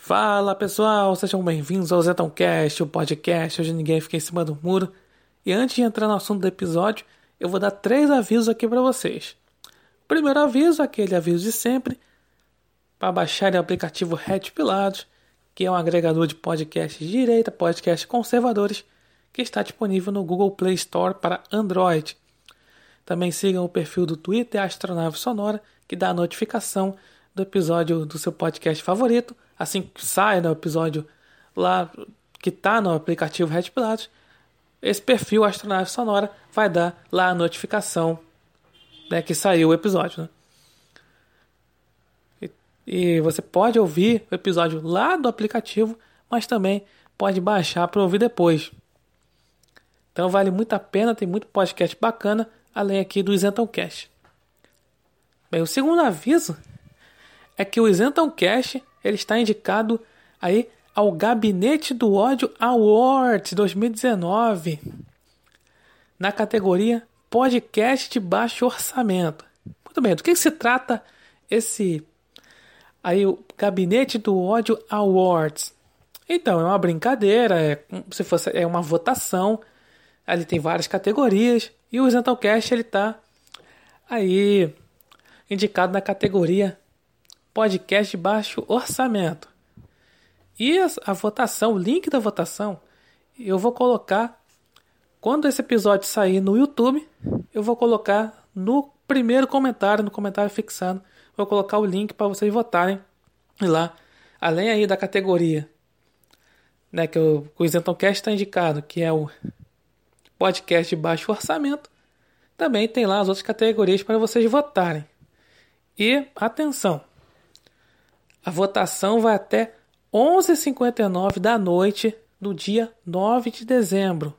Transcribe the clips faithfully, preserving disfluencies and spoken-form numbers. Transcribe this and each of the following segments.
Fala pessoal, sejam bem-vindos ao ZetãoCast, o podcast onde ninguém fica em cima do muro. E antes de entrar no assunto do episódio, eu vou dar três avisos aqui para vocês. O primeiro aviso é aquele aviso de sempre, para baixarem o aplicativo Red Pilados, que é um agregador de podcasts de direita, podcasts conservadores, que está disponível no Google Play Store para Android. Também sigam o perfil do Twitter Astronave Sonora, que dá a notificação do episódio do seu podcast favorito, assim que sai no episódio lá que está no aplicativo Red Pilatos. Esse perfil Astronave Sonora vai dar lá a notificação, né, que saiu o episódio, né? E, e você pode ouvir o episódio lá do aplicativo, mas também pode baixar para ouvir depois. Então vale muito a pena, tem muito podcast bacana, além aqui do ZetãoCast. Bem, o segundo aviso é que o ZetãoCast ele está indicado aí ao Gabinete do Ódio Awards dois mil e dezenove, na categoria Podcast de Baixo Orçamento. Muito bem, do que se trata esse aí o Gabinete do Ódio Awards? Então, é uma brincadeira, é se fosse é uma votação. Ali tem várias categorias e o ZetãoCast ele está aí indicado na categoria Podcast de Baixo Orçamento. E a, a votação, o link da votação, eu vou colocar, quando esse episódio sair no YouTube, eu vou colocar no primeiro comentário, no comentário fixado, vou colocar o link para vocês votarem lá. Além aí da categoria, né, que o, o ZetãoCast está indicado, que é o Podcast de Baixo Orçamento, também tem lá as outras categorias para vocês votarem. E, atenção, a votação vai até onze e cinquenta e nove da noite do dia nove de dezembro.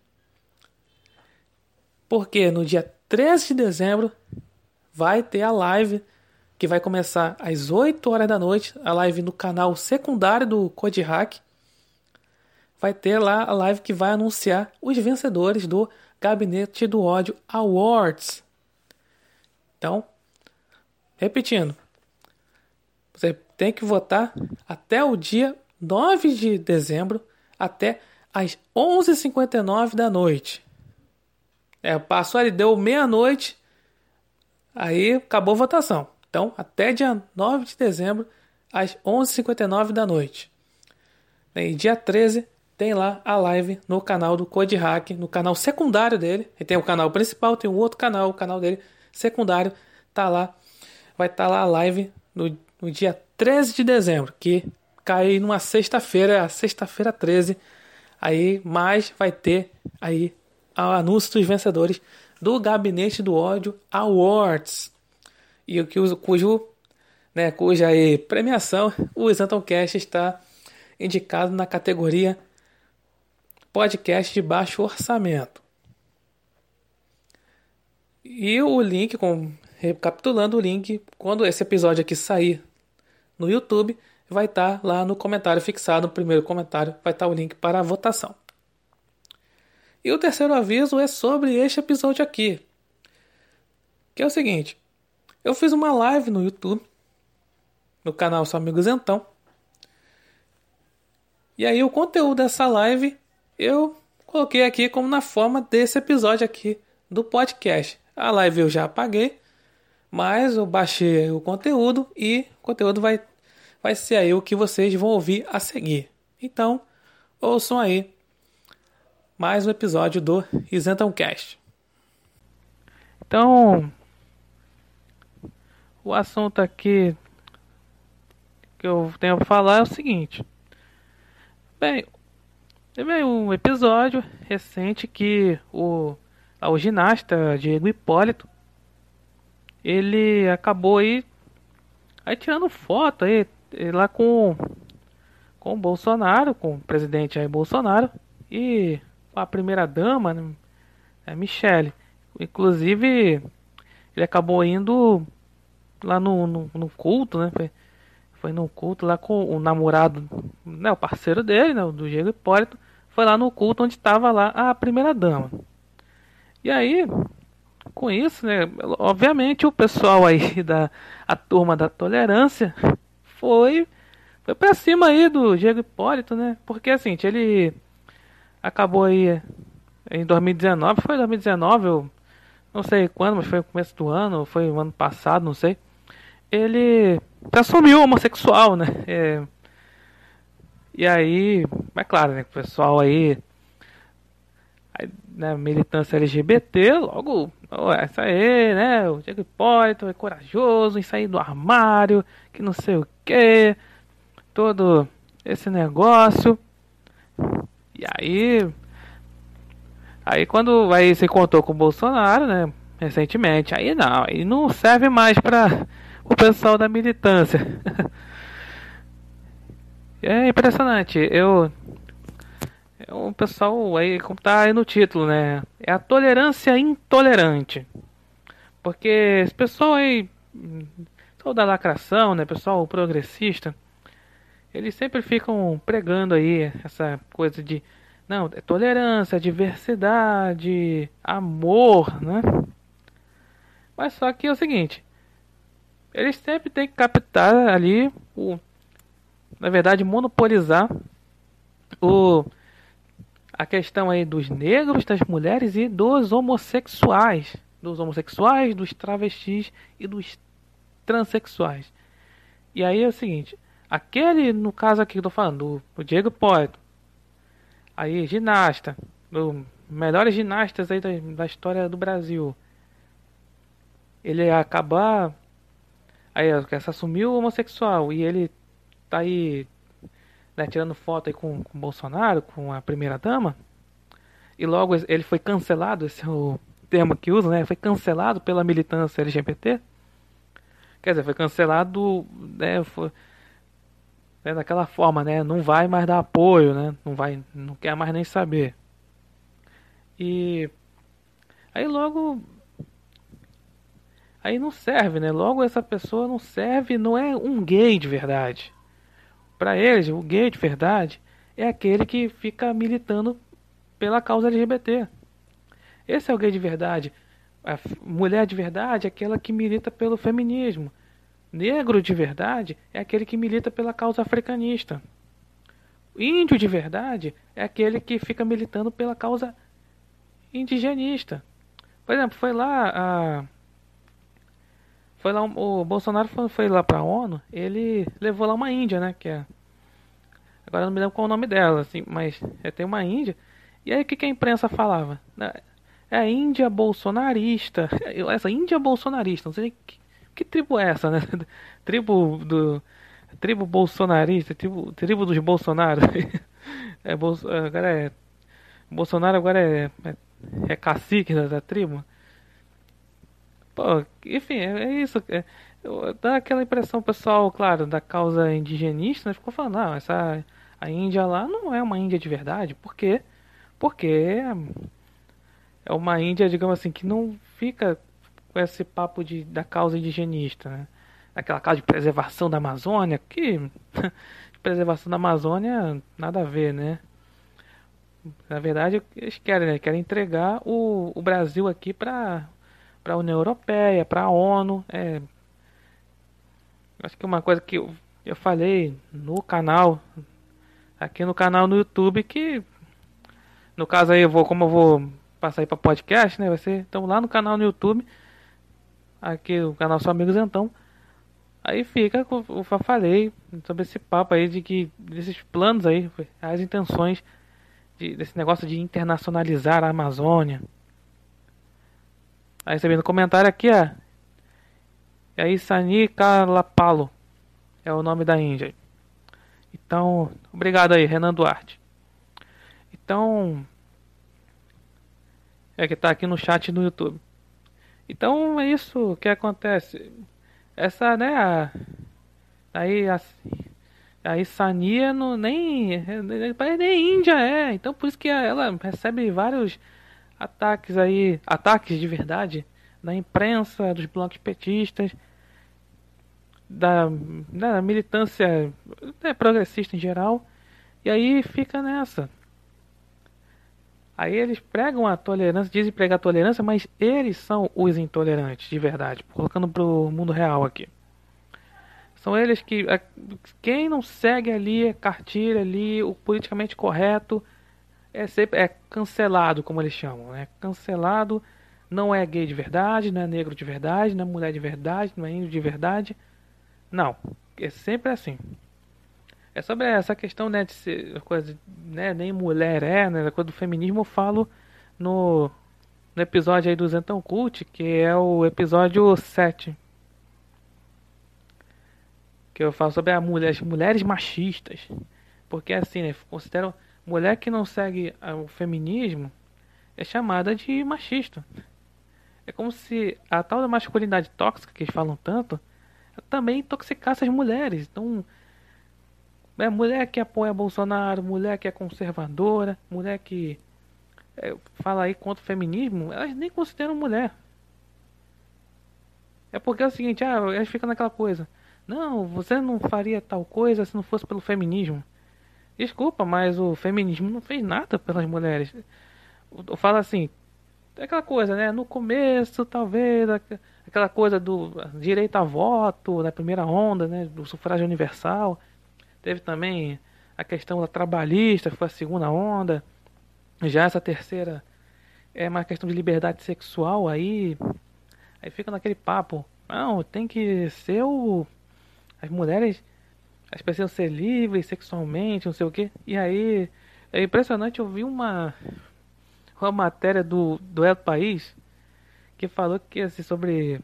Porque no dia treze de dezembro vai ter a live que vai começar às oito horas da noite, a live no canal secundário do Code Hack. Vai ter lá a live que vai anunciar os vencedores do Gabinete do Ódio Awards. Então, repetindo, você tem que votar até o dia nove de dezembro, até às onze e cinquenta e nove da noite. É, passou ali, deu meia-noite, aí acabou a votação. Então, até dia nove de dezembro, às onze e cinquenta e nove da noite. E dia treze, tem lá a live no canal do Code Hack, no canal secundário dele. Ele tem o canal principal, tem um outro canal, o canal dele secundário, tá lá. Vai estar tá lá a live no, no dia treze de dezembro, que cai numa sexta-feira, a sexta-feira treze. Aí, mais vai ter aí o anúncio dos vencedores do Gabinete do Ódio Awards. E o que cujo, né, cuja aí premiação, o ZetãoCast está indicado na categoria Podcast de Baixo Orçamento. E o link, com, recapitulando o link, quando esse episódio aqui sair no YouTube, vai estar lá no comentário fixado, no primeiro comentário, vai estar o link para a votação. E o terceiro aviso é sobre este episódio aqui, que é o seguinte: eu fiz uma live no YouTube, no canal Seu Amigo Zentão, e aí o conteúdo dessa live eu coloquei aqui como na forma desse episódio aqui do podcast. A live eu já apaguei, mas eu baixei o conteúdo e o conteúdo vai, vai ser aí o que vocês vão ouvir a seguir. Então, ouçam aí mais um episódio do ZetãoCast. Então, o assunto aqui que eu tenho a falar é o seguinte. Bem, teve um episódio recente que o, o ginasta Diego Hipólito, ele acabou aí, aí tirando foto aí, lá com, com o Bolsonaro, com o presidente Jair Bolsonaro e com a primeira dama, né, a Michele. Inclusive, ele acabou indo lá no, no, no culto, né? Foi, foi no culto lá com o namorado, né, o parceiro dele, né, do Diego Hipólito. Foi lá no culto onde estava lá a primeira dama. E aí, com isso, né, obviamente o pessoal aí da a turma da tolerância foi foi pra cima aí do Diego Hipólito, né? Porque assim, ele acabou aí em dois mil e dezenove, foi dois mil e dezenove, eu não sei quando, mas foi no começo do ano, foi no ano passado, não sei. Ele se assumiu homossexual, né? É, e aí, é claro, né? O pessoal aí, aí né, militância L G B T, logo, oh, essa aí, né? O Diego Hipólito é corajoso em sair do armário, que não sei o que, todo esse negócio. E aí, aí quando aí se contou com o Bolsonaro, né? Recentemente, aí não, aí não serve mais para o pessoal da militância. É impressionante, eu é um pessoal aí, como tá aí no título, né? É a tolerância intolerante. Porque esse pessoal aí, pessoal da lacração, né? Pessoal progressista, eles sempre ficam pregando aí essa coisa de não, é tolerância, diversidade, amor, né? Mas só que é o seguinte, eles sempre têm que captar ali o, na verdade, monopolizar o a questão aí dos negros, das mulheres e dos homossexuais, dos homossexuais, dos travestis e dos transexuais. E aí é o seguinte, aquele, no caso aqui que eu tô falando, o Diego Hipólito, aí ginasta, o melhores ginastas aí da, da história do Brasil, ele ia acabar, aí se assumiu homossexual e ele tá aí, né, tirando foto aí com, com o Bolsonaro, com a primeira dama, e logo ele foi cancelado, esse é o termo que usa, né? Foi cancelado pela militância L G B T. Quer dizer, foi cancelado, né? Foi, né, daquela forma, né? Não vai mais dar apoio, né? Não vai, não quer mais nem saber. E aí logo, aí não serve, né? Logo essa pessoa não serve, não é um gay de verdade. Para eles, o gay de verdade é aquele que fica militando pela causa L G B T. Esse é o gay de verdade. A mulher de verdade é aquela que milita pelo feminismo. Negro de verdade é aquele que milita pela causa africanista. Índio de verdade é aquele que fica militando pela causa indigenista. Por exemplo, foi lá a foi lá o Bolsonaro foi, foi lá para a ONU, ele levou lá uma índia, né, que é agora eu não me lembro qual é o nome dela, assim, mas é, tem uma índia. E aí o que, que a imprensa falava? É a Índia bolsonarista. Essa Índia bolsonarista, não sei que, que tribo é essa, né? Tribo do tribo bolsonarista, tribo, tribo dos Bolsonaro. É Bolso, agora é Bolsonaro agora é é, é cacique da, da tribo. Pô, enfim, é, é isso. É, dá aquela impressão, pessoal, claro, da causa indigenista, né? Ficou falando, não, essa a Índia lá não é uma Índia de verdade. Por quê? Porque é uma Índia, digamos assim, que não fica com esse papo de, da causa indigenista, né? Aquela causa de preservação da Amazônia, que de preservação da Amazônia nada a ver, né? Na verdade, eles querem, né? Querem entregar o, o Brasil aqui para para a União Europeia, para a ONU. É, acho que uma coisa que eu, eu falei no canal, aqui no canal no YouTube, que no caso aí eu vou, como eu vou passar aí para podcast, né? Vai ser então lá no canal no YouTube, aqui o canal Só Amigos então. Aí fica, eu falei sobre esse papo aí de que desses planos aí, as intenções de, desse negócio de internacionalizar a Amazônia. Aí recebendo comentário aqui, ó. E aí Sani Kalapalo é o nome da Índia. Então, obrigado aí, Renan Duarte. Então, é que tá aqui no chat no YouTube. Então é isso que acontece. Essa, né, a, aí a, aí Sania não nem nem, nem Índia é. Então por isso que ela recebe vários ataques aí, ataques de verdade da imprensa, dos blocos petistas, da, da militância, né, progressista em geral. E aí fica nessa. Aí eles pregam a tolerância, dizem pregar a tolerância, mas eles são os intolerantes de verdade, colocando pro mundo real aqui. São eles que... Quem não segue ali, a cartilha ali, o politicamente correto, é sempre é cancelado, como eles chamam, né? Cancelado, não é gay de verdade, não é negro de verdade, não é mulher de verdade, não é índio de verdade. Não, é sempre assim. É sobre essa questão, né, de ser coisa, né, nem mulher é, né, a coisa do feminismo eu falo no, no episódio aí do Zentão Cult, que é o episódio sete, que eu falo sobre a mulher, as mulheres machistas. Porque assim, né, consideram mulher que não segue o feminismo é chamada de machista. É como se a tal da masculinidade tóxica que eles falam tanto também intoxicasse as mulheres. Então, é mulher que apoia Bolsonaro, mulher que é conservadora, mulher que é, fala aí contra o feminismo, elas nem consideram mulher. É porque é o seguinte, ah, elas ficam naquela coisa. Não, você não faria tal coisa se não fosse pelo feminismo. Desculpa, mas o feminismo não fez nada pelas mulheres. Eu falo assim, é aquela coisa, né? No começo, talvez, aquela coisa do direito a voto, na primeira onda, né? Do sufrágio universal. Teve também a questão da trabalhista, que foi a segunda onda. Já essa terceira é uma questão de liberdade sexual, aí, aí fica naquele papo. Não, tem que ser o... As mulheres, as precisam ser livres sexualmente, não sei o quê. E aí, é impressionante, eu vi uma, uma matéria do, do El País que falou que, assim, sobre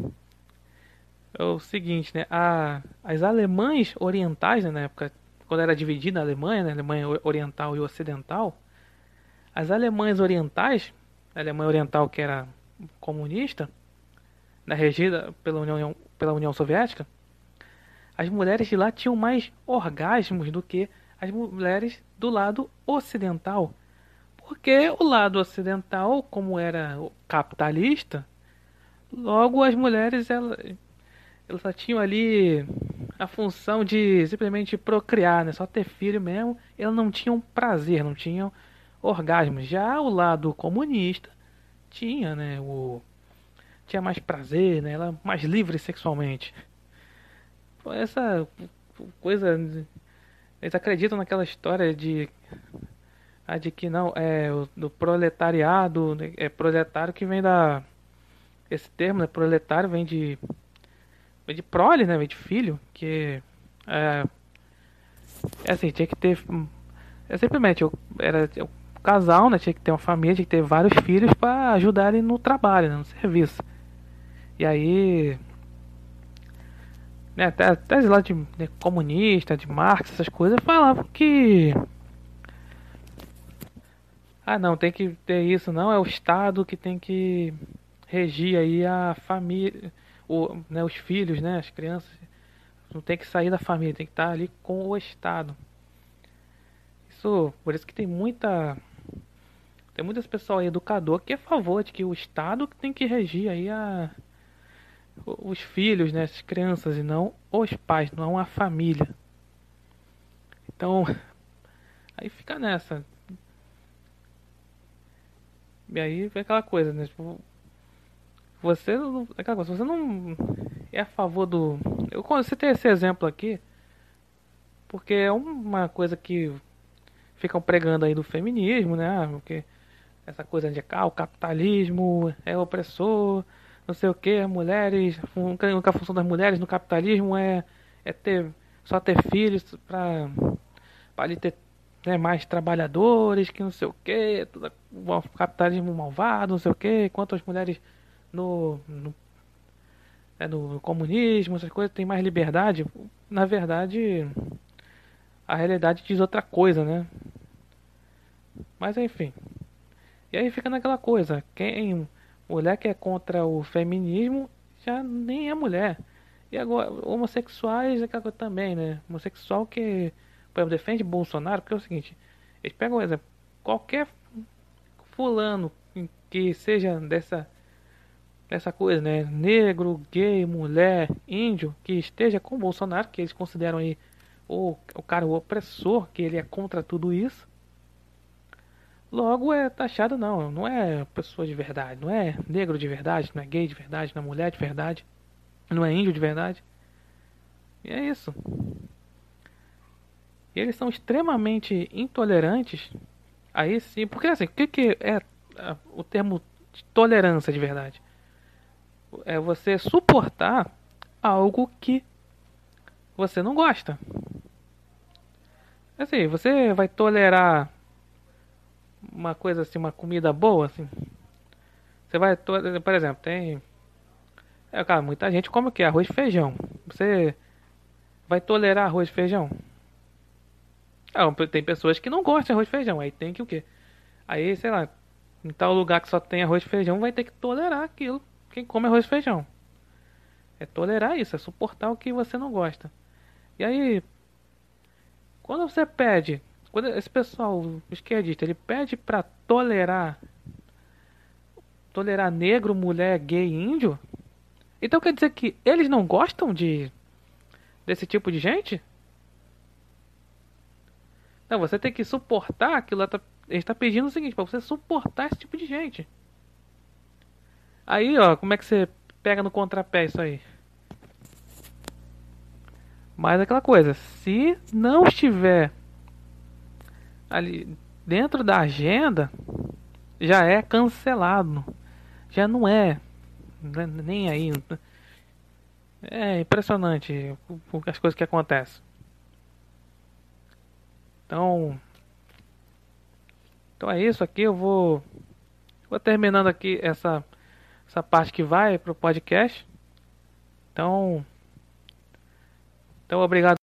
é o seguinte, né? A, as alemães orientais, né, na época, quando era dividida a Alemanha, né, a Alemanha oriental e ocidental, as alemães orientais, a Alemanha oriental que era comunista, na regida pela União, pela União Soviética, as mulheres de lá tinham mais orgasmos do que as mulheres do lado ocidental. Porque o lado ocidental, como era capitalista, logo as mulheres elas, elas só tinham ali a função de simplesmente procriar, né? Só ter filho mesmo. Elas não tinham prazer, não tinham orgasmos. Já o lado comunista tinha, né? O, tinha mais prazer, né? Ela mais livre sexualmente. Essa coisa, eles acreditam naquela história de, ah, de que não é o, do proletariado, né? É proletário que vem da esse termo, né? Proletário vem de vem de prole, né? Vem de filho, que é, é assim, tinha que ter é simplesmente eu, era o casal, né? Tinha que ter uma família, tinha que ter vários filhos para ajudarem no trabalho, né? No serviço. E aí, né, até, até lá de, de comunista, de Marx, essas coisas, falavam que ah, não, tem que ter isso, não, é o Estado que tem que regir aí a família, o, né, os filhos, né, as crianças, não tem que sair da família, tem que estar ali com o Estado. Isso, por isso que tem muita, tem muitas pessoas aí, educador, que é a favor de que o Estado tem que regir aí a, os filhos, né, as crianças, e não os pais, não a família. Então, aí fica nessa. E aí vem aquela coisa, né? Tipo, você não, aquela coisa, você não é a favor do. Eu citei esse exemplo aqui porque é uma coisa que ficam pregando aí do feminismo, né? Porque essa coisa de ah, o capitalismo é opressor, não sei o que, as mulheres, a única função das mulheres no capitalismo é, é ter só ter filhos para para ali ter, né, mais trabalhadores, que não sei o que, o capitalismo malvado, não sei o que, enquanto as mulheres no, no, é, no comunismo, essas coisas têm mais liberdade. Na verdade, a realidade diz outra coisa, né? Mas enfim. E aí fica naquela coisa, quem mulher que é contra o feminismo já nem é mulher. E agora, homossexuais é aquela coisa também, né? Homossexual que, por exemplo, defende Bolsonaro, porque é o seguinte, eles pegam, por exemplo, qualquer fulano que seja dessa dessa coisa, né? Negro, gay, mulher, índio, que esteja com Bolsonaro, que eles consideram aí o, o cara o opressor, que ele é contra tudo isso. Logo é taxado, não, não é pessoa de verdade, não é negro de verdade, não é gay de verdade, não é mulher de verdade, não é índio de verdade. E é isso. E eles são extremamente intolerantes. Aí sim, porque assim, o que, que é a- o termo de tolerância de verdade? É você suportar algo que você não gosta. Assim, você vai tolerar uma coisa assim, uma comida boa, assim. Você vai, to- por exemplo, tem. É, cara, muita gente come o quê? Arroz e feijão. Você vai tolerar arroz e feijão? Ah, tem pessoas que não gostam de arroz e feijão. Aí tem que o quê? Aí, sei lá, em tal lugar que só tem arroz e feijão, vai ter que tolerar aquilo. Quem come arroz e feijão. É tolerar isso, é suportar o que você não gosta. E aí, quando você pede, quando esse pessoal o esquerdista, ele pede pra tolerar, tolerar negro, mulher, gay, índio, então quer dizer que eles não gostam de desse tipo de gente? Não, você tem que suportar aquilo. Tá, ele está pedindo o seguinte, pra você suportar esse tipo de gente. Aí, ó, como é que você pega no contrapé isso aí? Mas aquela coisa, se não estiver ali dentro da agenda, já é cancelado. Já não é, né, nem aí. É impressionante as coisas que acontecem. Então, então é isso aqui. Eu vou, vou terminando aqui essa, essa parte que vai pro podcast. Então, então obrigado.